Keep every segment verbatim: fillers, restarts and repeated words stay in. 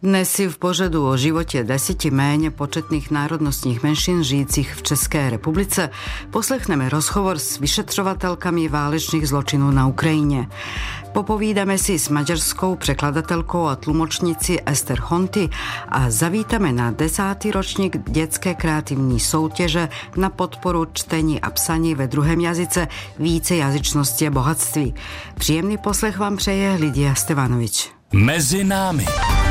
Dnes si v pořadu o životě deseti méně početných národnostních menšin žijících v České republice poslechneme rozhovor s vyšetřovatelkami válečných zločinů na Ukrajině. Popovídáme si s maďarskou překladatelkou a tlumočnicí Ester Honty a zavítáme na desátý ročník dětské kreativní soutěže na podporu čtení a psaní ve druhém jazyce vícejazyčnosti a bohatství. Příjemný poslech vám přeje Lidia Stevanovič. Mezi námi.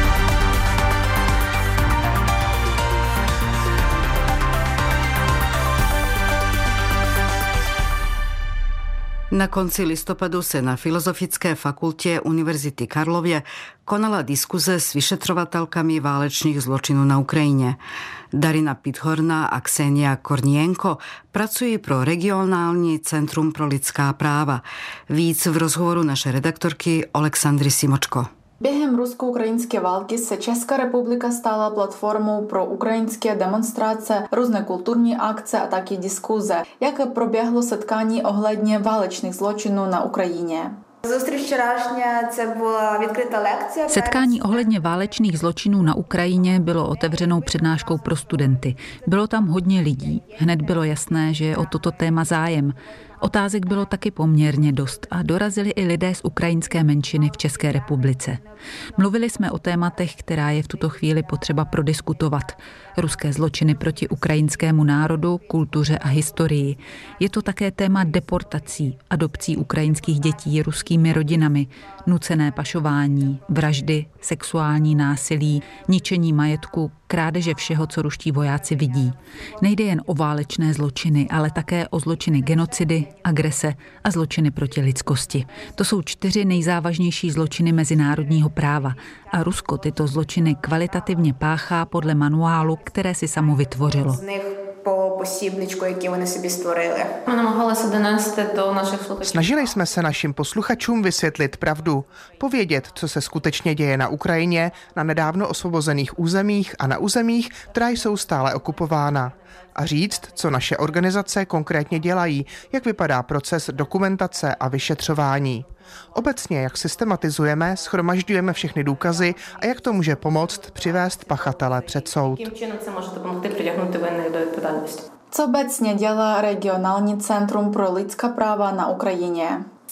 Na konci listopadu se na Filozofické fakultě Univerzity Karlově konala diskuze s vyšetřovatelkami válečných zločinů na Ukrajině. Darina Pithorna a Ksenia Kornienko pracují pro regionální Centrum pro lidská práva. Víc v rozhovoru naše redaktorky Oleksandry Simočko. Během rusko-ukrajinské války se Česká republika stala platformou pro ukrajinské demonstrace, různé kulturní akce a taky diskuze. Jak proběhlo setkání ohledně válečných zločinů na Ukrajině? Setkání ohledně válečných zločinů na Ukrajině bylo otevřenou přednáškou pro studenty. Bylo tam hodně lidí. Hned bylo jasné, že je o toto téma zájem. Otázek bylo taky poměrně dost a dorazili i lidé z ukrajinské menšiny v České republice. Mluvili jsme o tématech, která je v tuto chvíli potřeba prodiskutovat. Ruské zločiny proti ukrajinskému národu, kultuře a historii. Je to také téma deportací, adopcí ukrajinských dětí ruskými rodinami, nucené pašování, vraždy, sexuální násilí, ničení majetku, krádeže všeho, co ruští vojáci vidí. Nejde jen o válečné zločiny, ale také o zločiny genocidy, agrese a zločiny proti lidskosti. To jsou čtyři nejzávažnější zločiny mezinárodního práva a Rusko tyto zločiny kvalitativně páchá podle manuálu, které si samo vytvořilo. Snažili jsme se našim posluchačům vysvětlit pravdu, povědět, co se skutečně děje na Ukrajině, na nedávno osvobozených územích a na územích, která jsou stále okupována. A říct, co naše organizace konkrétně dělají, jak vypadá proces dokumentace a vyšetřování. Obecně, jak systematizujeme, shromažďujeme všechny důkazy a jak to může pomoct přivést pachatele před soud. Co obecně dělá regionální Centrum pro lidská práva na Ukrajině?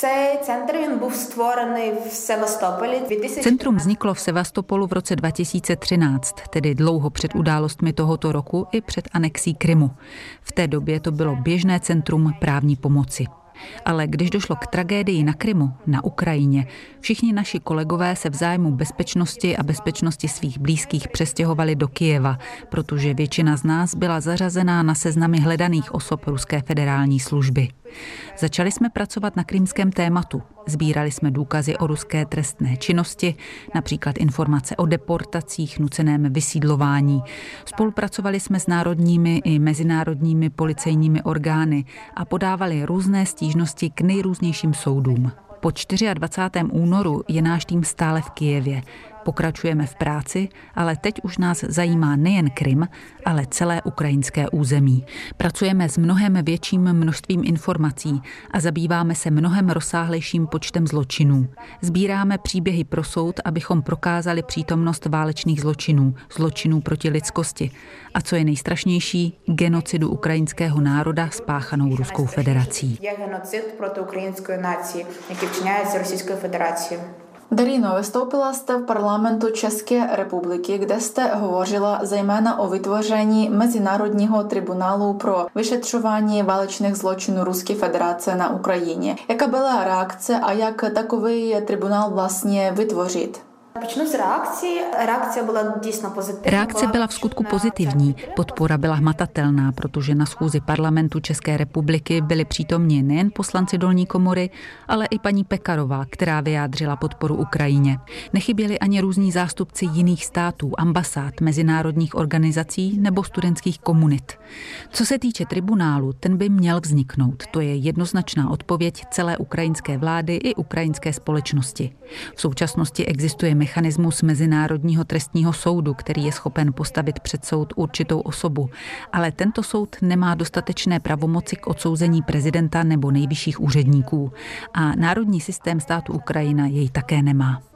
Centrum vzniklo v Sevastopolu v roce dva tisíce třináct, tedy dlouho před událostmi tohoto roku i před anexí Krymu. V té době to bylo běžné centrum právní pomoci. Ale když došlo k tragédii na Krymu, na Ukrajině, všichni naši kolegové se v zájmu bezpečnosti a bezpečnosti svých blízkých přestěhovali do Kyjeva, protože většina z nás byla zařazená na seznamy hledaných osob Ruské federální služby. Začali jsme pracovat na krymském tématu. Sbírali jsme důkazy o ruské trestné činnosti, například informace o deportacích, nuceném vysídlování. Spolupracovali jsme s národními i mezinárodními policejními orgány a podávali různé stížnosti k nejrůznějším soudům. Po dvacátého čtvrtého únoru je náš tým stále v Kyjevě. Pokračujeme v práci, ale teď už nás zajímá nejen Krym, ale celé ukrajinské území. Pracujeme s mnohem větším množstvím informací a zabýváme se mnohem rozsáhlejším počtem zločinů. Sbíráme příběhy pro soud, abychom prokázali přítomnost válečných zločinů, zločinů proti lidskosti a co je nejstrašnější, genocidu ukrajinského národa spáchanou Ruskou federací. Je genocid proti ukrajinské naci, jaký včiняється Російською Федерацією. Darino, vystoupila jste v parlamentu České republiky, kde jste hovořila zejména o vytvoření Mezinárodního tribunálu pro vyšetřování válečných zločinů Ruské federace na Ukrajině. Jaká byla reakce a jak takový tribunál vlastně vytvořit? Почну з реакції. Реакція була дійсно позитивна. Reakce byla v skutku pozitivní. Podpora byla hmatatelná, protože na schůzi parlamentu České republiky byli přítomni nejen poslanci dolní komory, ale i paní Pekarová, která vyjádřila podporu Ukrajině. Nechyběli ani různí zástupci jiných států, ambasád, mezinárodních organizací nebo studentských komunit. Co se týče tribunálu, ten by měl vzniknout. To je jednoznačná odpověď celé ukrajinské vlády i ukrajinské společnosti. V současnosti existuje mechanismus Mezinárodního trestního soudu, který je schopen postavit před soud určitou osobu, ale tento soud nemá dostatečné pravomoci k odsouzení prezidenta nebo nejvyšších úředníků a národní systém státu Ukrajina jej také nemá.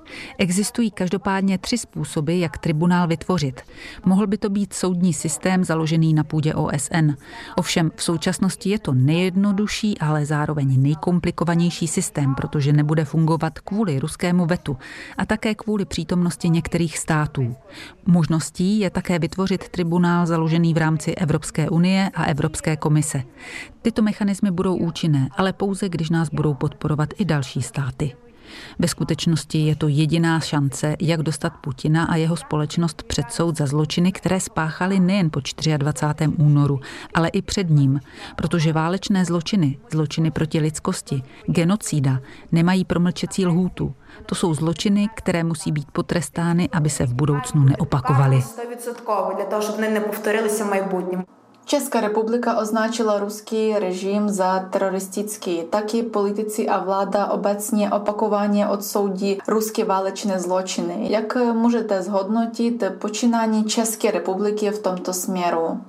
Existují každopádně tři způsoby, jak tribunál vytvořit. Mohl by to být soudní systém založený na půdě O S N. Ovšem v současnosti je to nejjednodušší, ale zároveň nejkomplikovanější systém, protože nebude fungovat kvůli ruskému vetu a také kvůli přítomnosti některých států. Možností je také vytvořit tribunál založený v rámci Evropské unie a Evropské komise. Tyto mechanismy budou účinné, ale pouze když nás budou podporovat i další státy. Ve skutečnosti je to jediná šance, jak dostat Putina a jeho společnost před soud za zločiny, které spáchali nejen po dvacátého čtvrtého únoru, ale i před ním, protože válečné zločiny, zločiny proti lidskosti, genocída nemají promlčecí lhůtu. To jsou zločiny, které musí být potrestány, aby se v budoucnu neopakovaly. Česká republika označila ruský režim za teroristický. Taky politici a vláda obecně opakovaně odsoudí ruské válečné zločiny. Jak můžete zhodnotit počínání České republiky v tomto směru?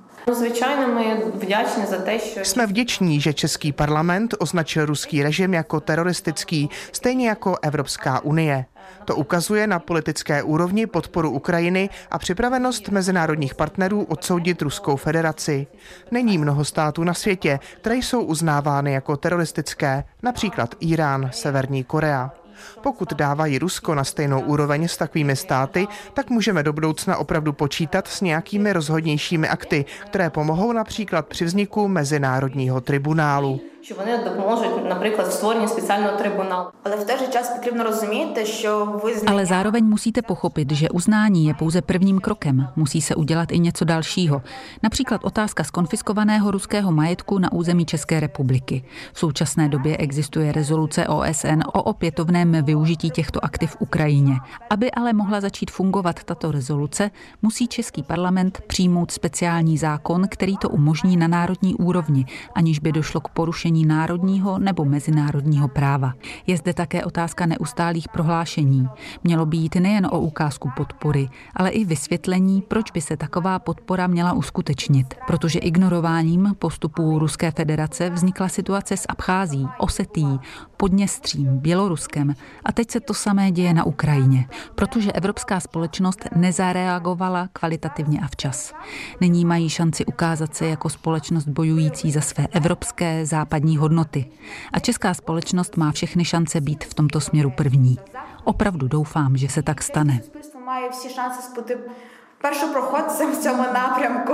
Jsme vděční, že Český parlament označil ruský režim jako teroristický, stejně jako Evropská unie. To ukazuje na politické úrovni podporu Ukrajiny a připravenost mezinárodních partnerů odsoudit Ruskou federaci. Není mnoho států na světě, které jsou uznávány jako teroristické, například Irán, Severní Korea. Pokud dávají Rusko na stejnou úroveň s takovými státy, tak můžeme do budoucna opravdu počítat s nějakými rozhodnějšími akty, které pomohou například při vzniku Mezinárodního tribunálu. Що вони допоможуть, наприклад, в створенні спеціального трибуналу. Але в той же час потрібно розуміти, що визнання... Ale zároveň musíte pochopit, že uznání je pouze prvním krokem. Musí se udělat i něco dalšího. Například otázka zkonfiskovaného ruského majetku na území České republiky. V současné době existuje rezoluce O S N o opětovném využití těchto aktiv v Ukrajině. Aby ale mohla začít fungovat tato rezoluce, musí Český parlament přijmout speciální zákon, který to umožní na národní úrovni, aniž by došlo k porušení národního nebo mezinárodního práva. Je zde také otázka neustálých prohlášení. Mělo by jít nejen o ukázku podpory, ale i vysvětlení, proč by se taková podpora měla uskutečnit. Protože ignorováním postupů Ruské federace vznikla situace s Abchází, Osetií, Podněstřím, Běloruskem a teď se to samé děje na Ukrajině. Protože evropská společnost nezareagovala kvalitativně a včas. Nyní mají šanci ukázat se jako společnost bojující za své evropské západní hodnoty. A česká společnost má všechny šance být v tomto směru první. Opravdu doufám, že se tak stane. Має всі шанси бути першопроходцем в цьому напрямку.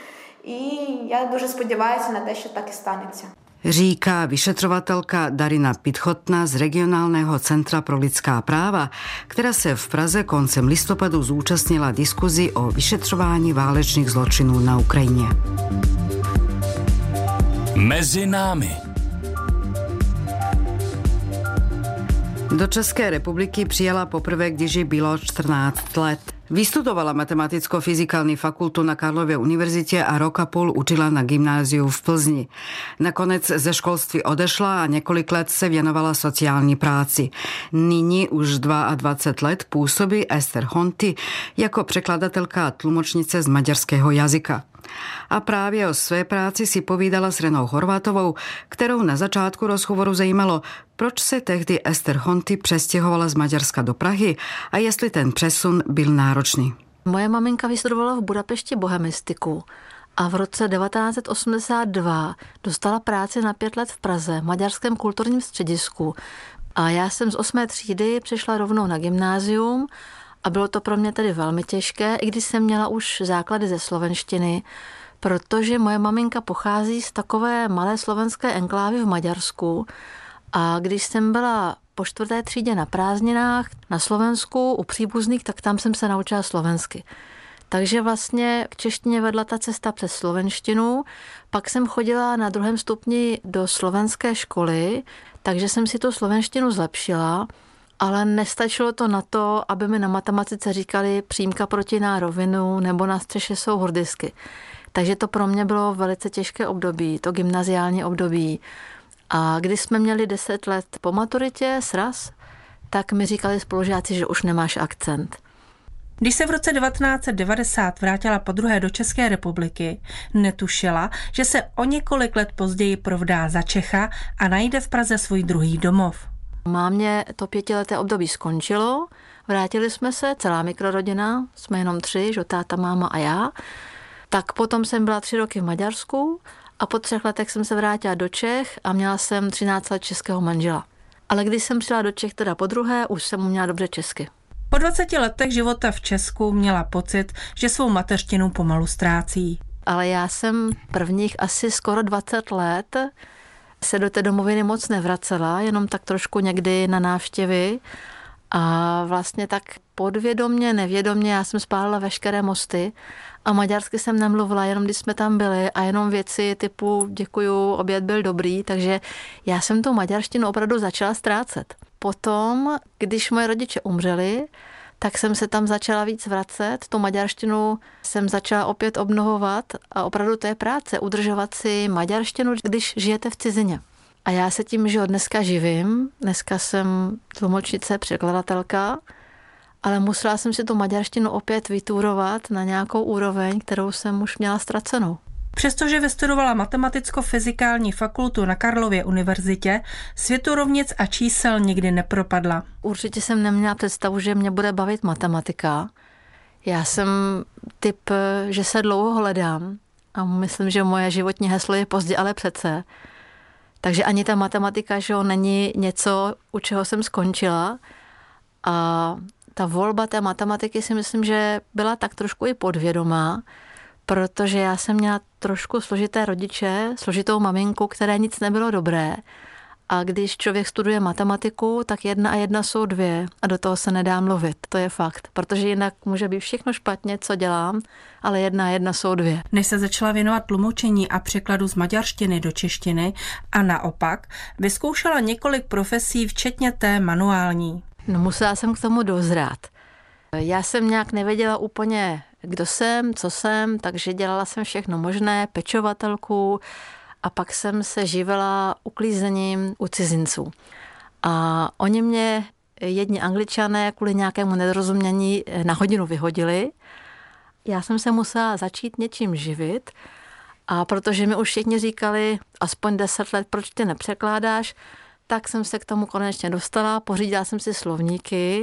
І я дуже сподіваюся на те, що так і станеться. Říká vyšetřovatelka Darina Pitchotna z Regionálneho centra pro lidská práva, která se v Praze koncem listopadu zúčastnila diskuzi o vyšetřování válečných zločinů na Ukrajině. Mezi námi. Do České republiky přijela poprvé, když jí bylo čtrnáct let. Vystudovala matematicko-fyzikální fakultu na Karlově univerzitě a rok a půl učila na gymnáziu v Plzni. Nakonec ze školství odešla a několik let se věnovala sociální práci. Nyní už dvacet dva let působí Ester Honty jako překladatelka a tlumočnice z maďarského jazyka. A právě o své práci si povídala s Renou Horvátovou, kterou na začátku rozhovoru zajímalo, proč se tehdy Ester Honty přestěhovala z Maďarska do Prahy a jestli ten přesun byl náročný. Moje maminka vystudovala v Budapešti bohemistiku a v roce devatenáct set osmdesát dva dostala práci na pět let v Praze v Maďarském kulturním středisku. A já jsem z osmé třídy přešla rovnou na gymnázium a bylo to pro mě tedy velmi těžké, i když jsem měla už základy ze slovenštiny, protože moje maminka pochází z takové malé slovenské enklávy v Maďarsku a když jsem byla po čtvrté třídě na prázdninách na Slovensku u příbuzných, tak tam jsem se naučila slovensky. Takže vlastně k češtině vedla ta cesta přes slovenštinu, pak jsem chodila na druhém stupni do slovenské školy, takže jsem si tu slovenštinu zlepšila, ale nestačilo to na to, aby mi na matematice říkali přímka proti na rovinu nebo na střeše jsou hordisky. Takže to pro mě bylo velice těžké období, to gymnaziální období. A když jsme měli deset let po maturitě, sraz, tak mi říkali spolužáci, že už nemáš akcent. Když se v roce devatenáct set devadesát vrátila podruhé do České republiky, netušila, že se o několik let později provdá za Čecha a najde v Praze svůj druhý domov. Mámě to pětileté období skončilo Vrátili jsme se, celá mikrorodina, jsme jenom tři, že táta, máma a já. Tak potom jsem byla tři roky v Maďarsku a po třech letech jsem se vrátila do Čech a měla jsem třináct let českého manžela. Ale když jsem přijela do Čech teda po druhé, už jsem uměla dobře česky. Po dvaceti letech života v Česku měla pocit, že svou mateřštinu pomalu ztrácí. Ale já jsem prvních asi skoro dvacet let se do té domoviny moc nevracela, jenom tak trošku někdy na návštěvy. A vlastně tak podvědomně, nevědomně já jsem spálila veškeré mosty a maďarsky jsem nemluvila, jenom když jsme tam byli a jenom věci typu děkuju, oběd byl dobrý, takže já jsem tu maďarštinu opravdu začala ztrácet. Potom, když moje rodiče umřeli, tak jsem se tam začala víc vracet, tu maďarštinu jsem začala opět obnovovat a opravdu to je práce, udržovat si maďarštinu, když žijete v cizině. A já se tím, že od dneska živím, dneska jsem tlumočnice, překladatelka, ale musela jsem si tu maďarštinu opět vytúrovat na nějakou úroveň, kterou jsem už měla ztracenou. Přestože vystudovala matematicko-fyzikální fakultu na Karlově univerzitě, světorovnic a čísel nikdy nepropadla. Určitě jsem neměla představu, že mě bude bavit matematika. Já jsem typ, že se dlouho hledám a myslím, že moje životní heslo je pozdě, ale přece. Takže ani ta matematika, že jo, není něco, u čeho jsem skončila. A ta volba té matematiky si myslím, že byla tak trošku i podvědomá, protože já jsem měla trošku složité rodiče, složitou maminku, které nic nebylo dobré. A když člověk studuje matematiku, tak jedna a jedna jsou dvě a do toho se nedá mluvit. To je fakt, protože jinak může být všechno špatně, co dělám, ale jedna a jedna jsou dvě. Než se začala věnovat tlumočení a překladu z maďarštiny do češtiny a naopak, vyzkoušela několik profesí, včetně té manuální. No, musela jsem k tomu dozrát. Já jsem nějak nevěděla úplně, kdo jsem, co jsem, takže dělala jsem všechno možné, pečovatelku, a pak jsem se živila uklízením u cizinců. A oni mě, jedni Angličané, kvůli nějakému nedorozumění na hodinu vyhodili. Já jsem se musela začít něčím živit a protože mi už všichni říkali, aspoň deset let, proč ty nepřekládáš, tak jsem se k tomu konečně dostala, pořídila jsem si slovníky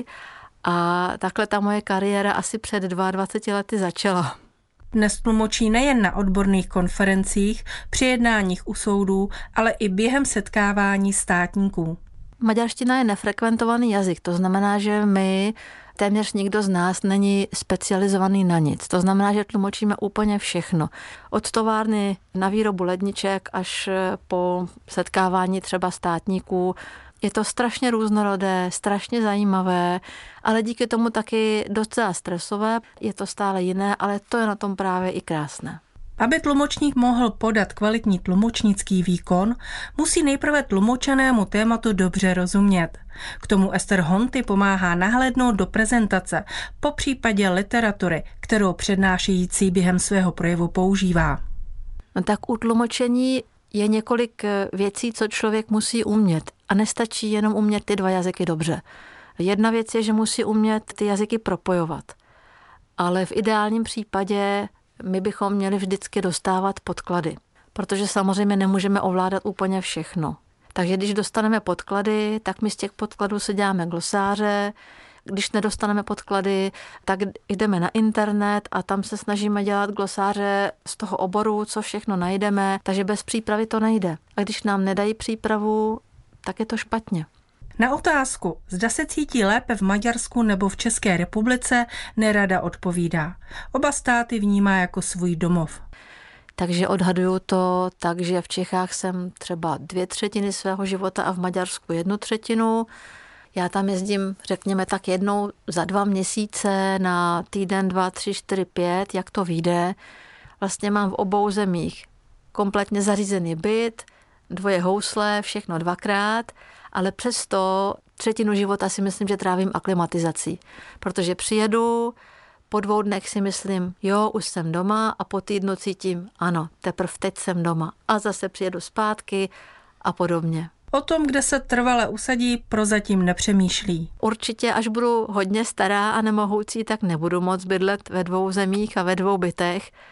a takhle ta moje kariéra asi před dvaceti dvěma lety začala. Dnes tlumočí nejen na odborných konferencích, při jednáních u soudů, ale i během setkávání státníků. Maďarština je nefrekventovaný jazyk, to znamená, že my, téměř nikdo z nás není specializovaný na nic. To znamená, že tlumočíme úplně všechno. Od továrny na výrobu ledniček až po setkávání třeba státníků. Je to strašně různorodé, strašně zajímavé, ale díky tomu taky docela stresové. Je to stále jiné, ale to je na tom právě i krásné. Aby tlumočník mohl podat kvalitní tlumočnický výkon, musí nejprve tlumočenému tématu dobře rozumět. K tomu Ester Honty pomáhá nahlédnout do prezentace, popřípadě literatury, kterou přednášející během svého projevu používá. No tak u tlumočení je několik věcí, co člověk musí umět. A nestačí jenom umět ty dva jazyky dobře. Jedna věc je, že musí umět ty jazyky propojovat. Ale v ideálním případě my bychom měli vždycky dostávat podklady. Protože samozřejmě nemůžeme ovládat úplně všechno. Takže když dostaneme podklady, tak my z těch podkladů si děláme glosáře. Když nedostaneme podklady, tak jdeme na internet a tam se snažíme dělat glosáře z toho oboru, co všechno najdeme. Takže bez přípravy to nejde. A když nám nedají přípravu, tak je to špatně. Na otázku, zda se cítí lépe v Maďarsku nebo v České republice, nerada odpovídá. Oba státy vnímá jako svůj domov. Takže odhaduju to tak, že v Čechách jsem třeba dvě třetiny svého života a v Maďarsku jednu třetinu. Já tam jezdím, řekněme, tak jednou za dva měsíce na týden, dva, tři, čtyři, pět, jak to vyjde. Vlastně mám v obou zemích kompletně zařízený byt, dvoje housle, všechno dvakrát, ale přesto třetinu života si myslím, že trávím aklimatizací, protože přijedu, po dvou dnech si myslím, jo, už jsem doma a po týdnu cítím, ano, teprve teď jsem doma a zase přijedu zpátky a podobně. O tom, kde se trvale usadí, prozatím nepřemýšlí. Určitě, až budu hodně stará a nemohoucí, tak nebudu moc bydlet ve dvou zemích a ve dvou bytech,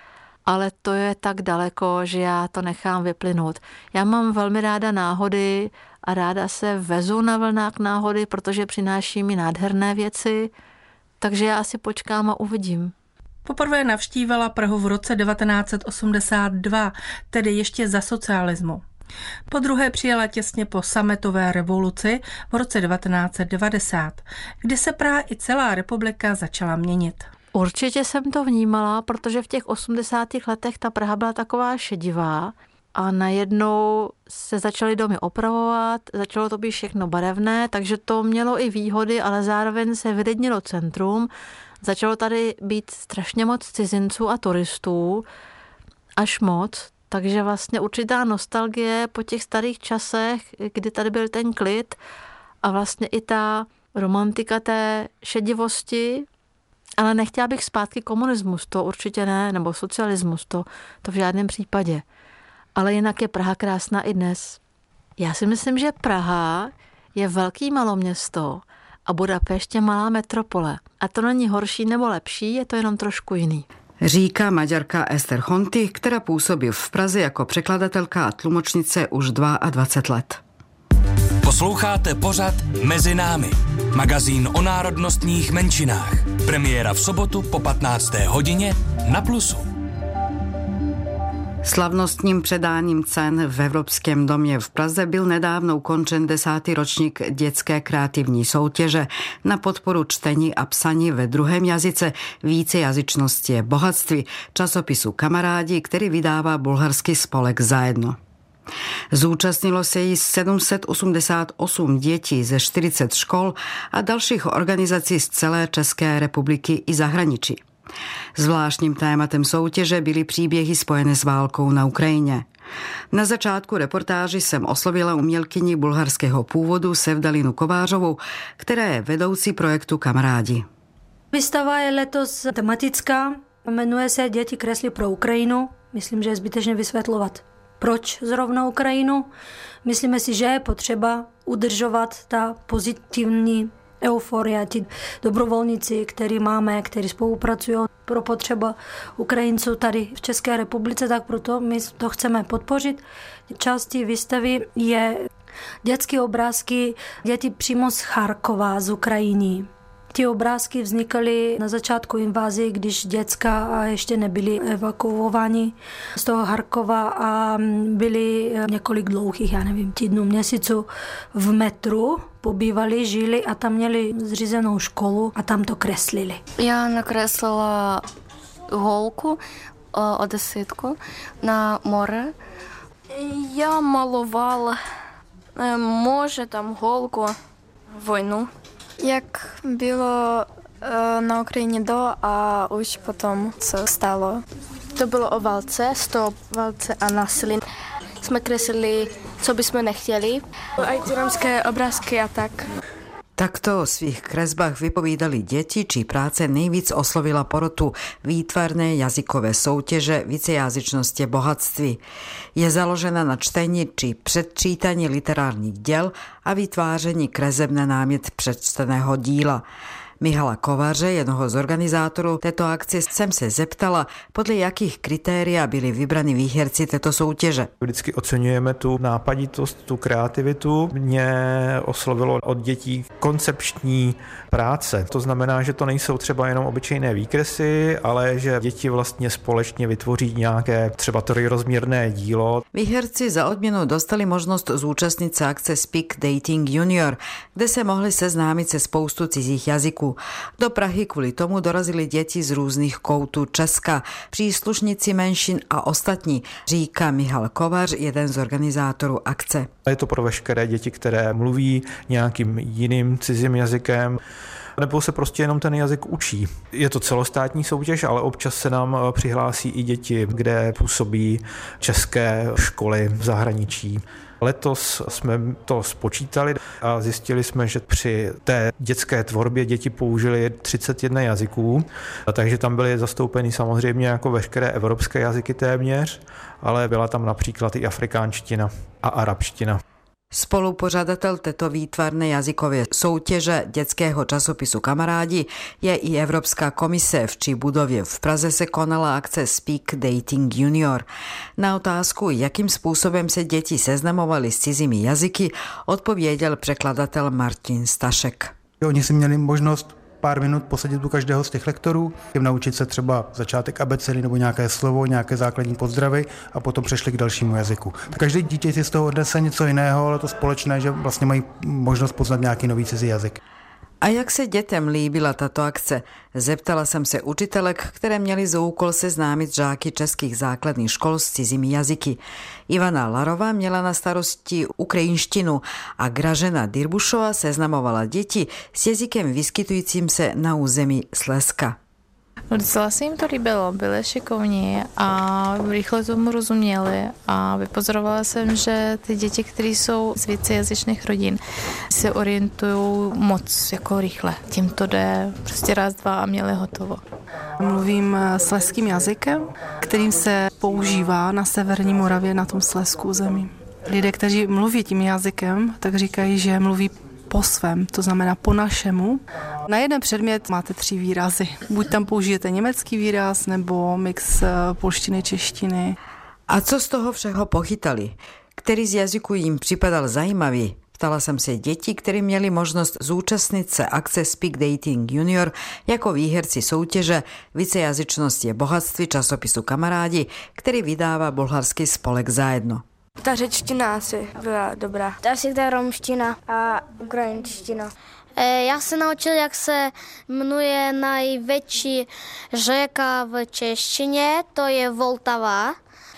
ale to je tak daleko, že já to nechám vyplynout. Já mám velmi ráda náhody a ráda se vezu na vlnách náhody, protože přináší mi nádherné věci, takže já asi počkám a uvidím. Poprvé navštívila Prahu v roce devatenáct set osmdesát dva, tedy ještě za socialismu. Po druhé přijela těsně po sametové revoluci v roce devatenáct set devadesát, kdy se Praha i celá republika začala měnit. Určitě jsem to vnímala, protože v těch osmdesátých letech ta Praha byla taková šedivá a najednou se začaly domy opravovat, začalo to být všechno barevné, takže to mělo i výhody, ale zároveň se vylidnilo centrum. Začalo tady být strašně moc cizinců a turistů, až moc, takže vlastně určitá nostalgie po těch starých časech, kdy tady byl ten klid a vlastně i ta romantika té šedivosti, ale nechtěla bych zpátky komunismus, to určitě ne, nebo socialismus, to, to v žádném případě. Ale jinak je Praha krásná i dnes. Já si myslím, že Praha je velký maloměsto a Budapešť je malá metropole. A to není horší nebo lepší, je to jenom trošku jiný. Říká Maďarka Ester Honty, která působí v Praze jako překladatelka a tlumočnice už dvacet dva let. Posloucháte pořad Mezi námi. Magazín o národnostních menšinách. Premiéra v sobotu po patnácté hodině na Plusu. Slavnostním předáním cen v Evropském domě v Praze byl nedávno ukončen desátý ročník dětské kreativní soutěže na podporu čtení a psaní ve druhém jazyce Vícejazyčnost je bohatství časopisu Kamarádi, který vydává bulharský spolek Zajedno. Zúčastnilo se jí sedm set osmdesát osm dětí ze čtyřicet škol a dalších organizací z celé České republiky i zahraničí. Zvláštním tématem soutěže byly příběhy spojené s válkou na Ukrajině. Na začátku reportáži jsem oslovila umělkyni bulharského původu Sevdalinu Kovářovou, která je vedoucí projektu Kamarádi. Výstava je letos tematická, jmenuje se Děti kreslí pro Ukrajinu. Myslím, že je zbytečně vysvětlovat, proč zrovna Ukrajinu. Myslíme si, že je potřeba udržovat ta pozitivní euforia, ti dobrovolníci, který máme, kteří spolupracují pro potřeba Ukrajinců tady v České republice, tak proto my to chceme podpořit. Částí výstavy je dětské obrázky dětí přímo z Charkova, z Ukrajiny. Ty obrázky vznikaly na začátku invázie, když děcka ještě nebyly evakuováni z toho Charkova a byli několik dlouhých, já nevím, týdnů, měsíců v metru, pobývali, žili a tam měli zřízenou školu a tam to kreslili. Já nakreslila holku, odesitku na moře. Já malovala moře, tam holku, vojnu. Jak bylo na Ukrajině do a už potom, co stalo. To bylo o válce, z toho válce a násilí. Jsme kreslili, co bychom nechtěli. A i ty romské obrázky a tak. Takto o svých kresbách vypovídali děti, či práce nejvíc oslovila porotu výtvarné jazykové soutěže Vícejazyčnost je bohatství. Je založena na čtení či předčítání literárních děl a vytváření kreseb na námět přečteného díla. Mihala Kovaře, jednoho z organizátorů této akce, jsem se zeptala, podle jakých kritérií byli vybrani výherci této soutěže. Vždycky oceňujeme tu nápaditost, tu kreativitu. Mě oslovilo od dětí koncepční práce. To znamená, že to nejsou třeba jenom obyčejné výkresy, ale že děti vlastně společně vytvoří nějaké třeba trojrozměrné dílo. Výherci za odměnu dostali možnost zúčastnit se akce Speak Dating Junior, kde se mohli seznámit se spoustu cizích jazyků. Do Prahy kvůli tomu dorazili děti z různých koutů Česka, příslušníci menšin a ostatní, říká Michal Kovař, jeden z organizátorů akce. Je to pro veškeré děti, které mluví nějakým jiným cizím jazykem, nebo se prostě jenom ten jazyk učí. Je to celostátní soutěž, ale občas se nám přihlásí i děti, kde působí české školy v zahraničí. Letos jsme to spočítali a zjistili jsme, že při té dětské tvorbě děti použili třicet jedna jazyků, takže tam byly zastoupeny samozřejmě jako veškeré evropské jazyky téměř, ale byla tam například i afrikánština a arabština. Spolupořadatel této výtvarné jazykové soutěže dětského časopisu Kamarádi je i Evropská komise, v čí budově v Praze se konala akce Speak Dating Junior. Na otázku, jakým způsobem se děti seznamovali s cizími jazyky, odpověděl překladatel Martin Stašek. Oni si měli možnost pár minut posadit u každého z těch lektorů, jim naučit se třeba začátek abecedy nebo nějaké slovo, nějaké základní pozdravy a potom přešli k dalšímu jazyku. Každý dítě si z toho odnese něco jiného, ale to společné, že vlastně mají možnost poznat nějaký nový cizí jazyk. A jak se dětem líbila tato akce? Zeptala jsem se učitelek, které měly za úkol seznámit žáky českých základních škol s cizími jazyky. Ivana Larová měla na starosti ukrajinštinu a Gražena Dirbušová seznamovala děti s jazykem vyskytujícím se na území Slezska. No, docela se jim to líbilo, byli šikovní a rychle tomu rozuměli a vypozorovala jsem, že ty děti, které jsou z vícejazyčných rodin, se orientují moc jako rychle. Tím to jde prostě raz, dva a měli hotovo. Mluvím slezským jazykem, kterým se používá na severní Moravě na tom Slezsku území. Lidé, kteří mluví tím jazykem, tak říkají, že mluví po svém, to znamená po našemu. Na jeden předmět máte tři výrazy. Buď tam použijete německý výraz, nebo mix polštiny, češtiny. A co z toho všeho pochytali? Který z jazyků jim připadal zajímavý? Ptala jsem se dětí, které měli možnost zúčastnit se akce Speak Dating Junior jako výherci soutěže Vícejazyčnost je bohatství časopisu Kamarádi, který vydává bulharský spolek Zajedno. Ta řečtina asi byla dobrá. Asi ta romština a ukrajinština. Já se naučil, jak se jmenuje největší řeka v češtině, to je Vltava.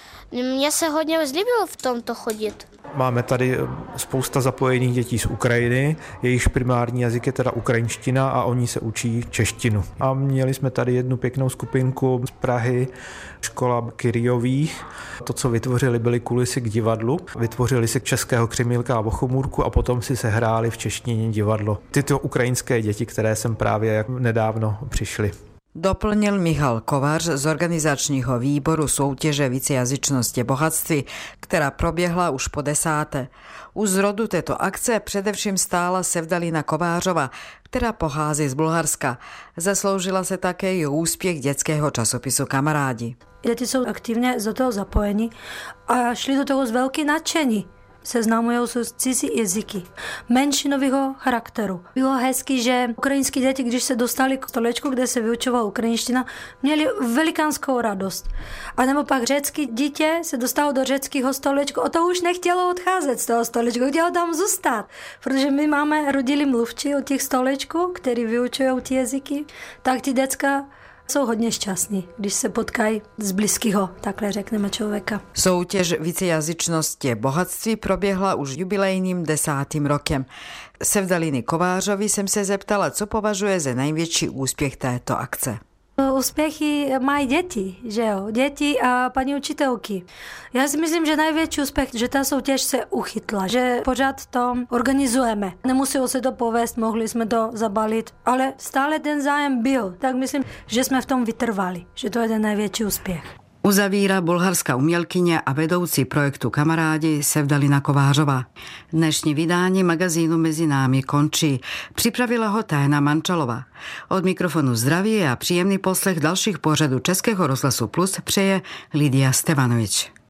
Mně se hodně zlíbilo v tomto chodit. Máme tady spousta zapojených dětí z Ukrajiny, jejichž primární jazyk je teda ukrajinština a oni se učí češtinu. A měli jsme tady jednu pěknou skupinku z Prahy, škola Kyriových. To, co vytvořili, byly kulisy k divadlu. Vytvořili si českého Křemílka a Bochumůrku a potom si se hráli v češtině divadlo. Tyto ukrajinské děti, které sem právě nedávno přišly. Doplnil Michal Kovář z organizačního výboru soutěže Vícejazyčnost je bohatství, která proběhla už po desáté. U zrodu této akce především stála Sevdalina Kovářova, která pochází z Bulharska. Zasloužila se také i úspěch dětského časopisu Kamarádi. Děti jsou aktivně do toho zapojeni a šli do toho s velkým nadšení. Seznamují se s cizí jazyky menšinového charakteru. Bylo hezky, že ukrajinské děti, když se dostali k stolečku, kde se vyučovala ukrajinština, měli velikánskou radost. A nebo pak řecké dítě se dostalo do řeckého stolečku a to už nechtělo odcházet z toho stolečku, chtělo tam zůstat. Protože my máme rodili mluvčí od těch stolečků, který vyučují ty jazyky, tak ty děcka jsou hodně šťastní, když se potkají z blízkého, takhle řekneme, člověka. Soutěž Vícejazyčnost je bohatství proběhla už jubilejním desátým rokem. Sevdaliny Kovářovi jsem se zeptala, co považuje za největší úspěch této akce. Úspěchy mají děti, že jo, děti a paní učitelky. Já si myslím, že největší úspěch, že ta soutěž se uchytla, že pořád to organizujeme. Nemuselo se to povést, mohli jsme to zabalit, ale stále ten zájem byl, tak myslím, že jsme v tom vytrvali, že to je ten největší úspěch. Uzavírá bulharská umělkyně a vedoucí projektu Kamarádi Sevdalina Kovářová. Dnešní vydání magazínu Mezi námi končí. Připravila ho Tajna Mančalová. Od mikrofonu zdraví a příjemný poslech dalších pořadů Českého rozhlasu Plus přeje Lidia Stevanovič.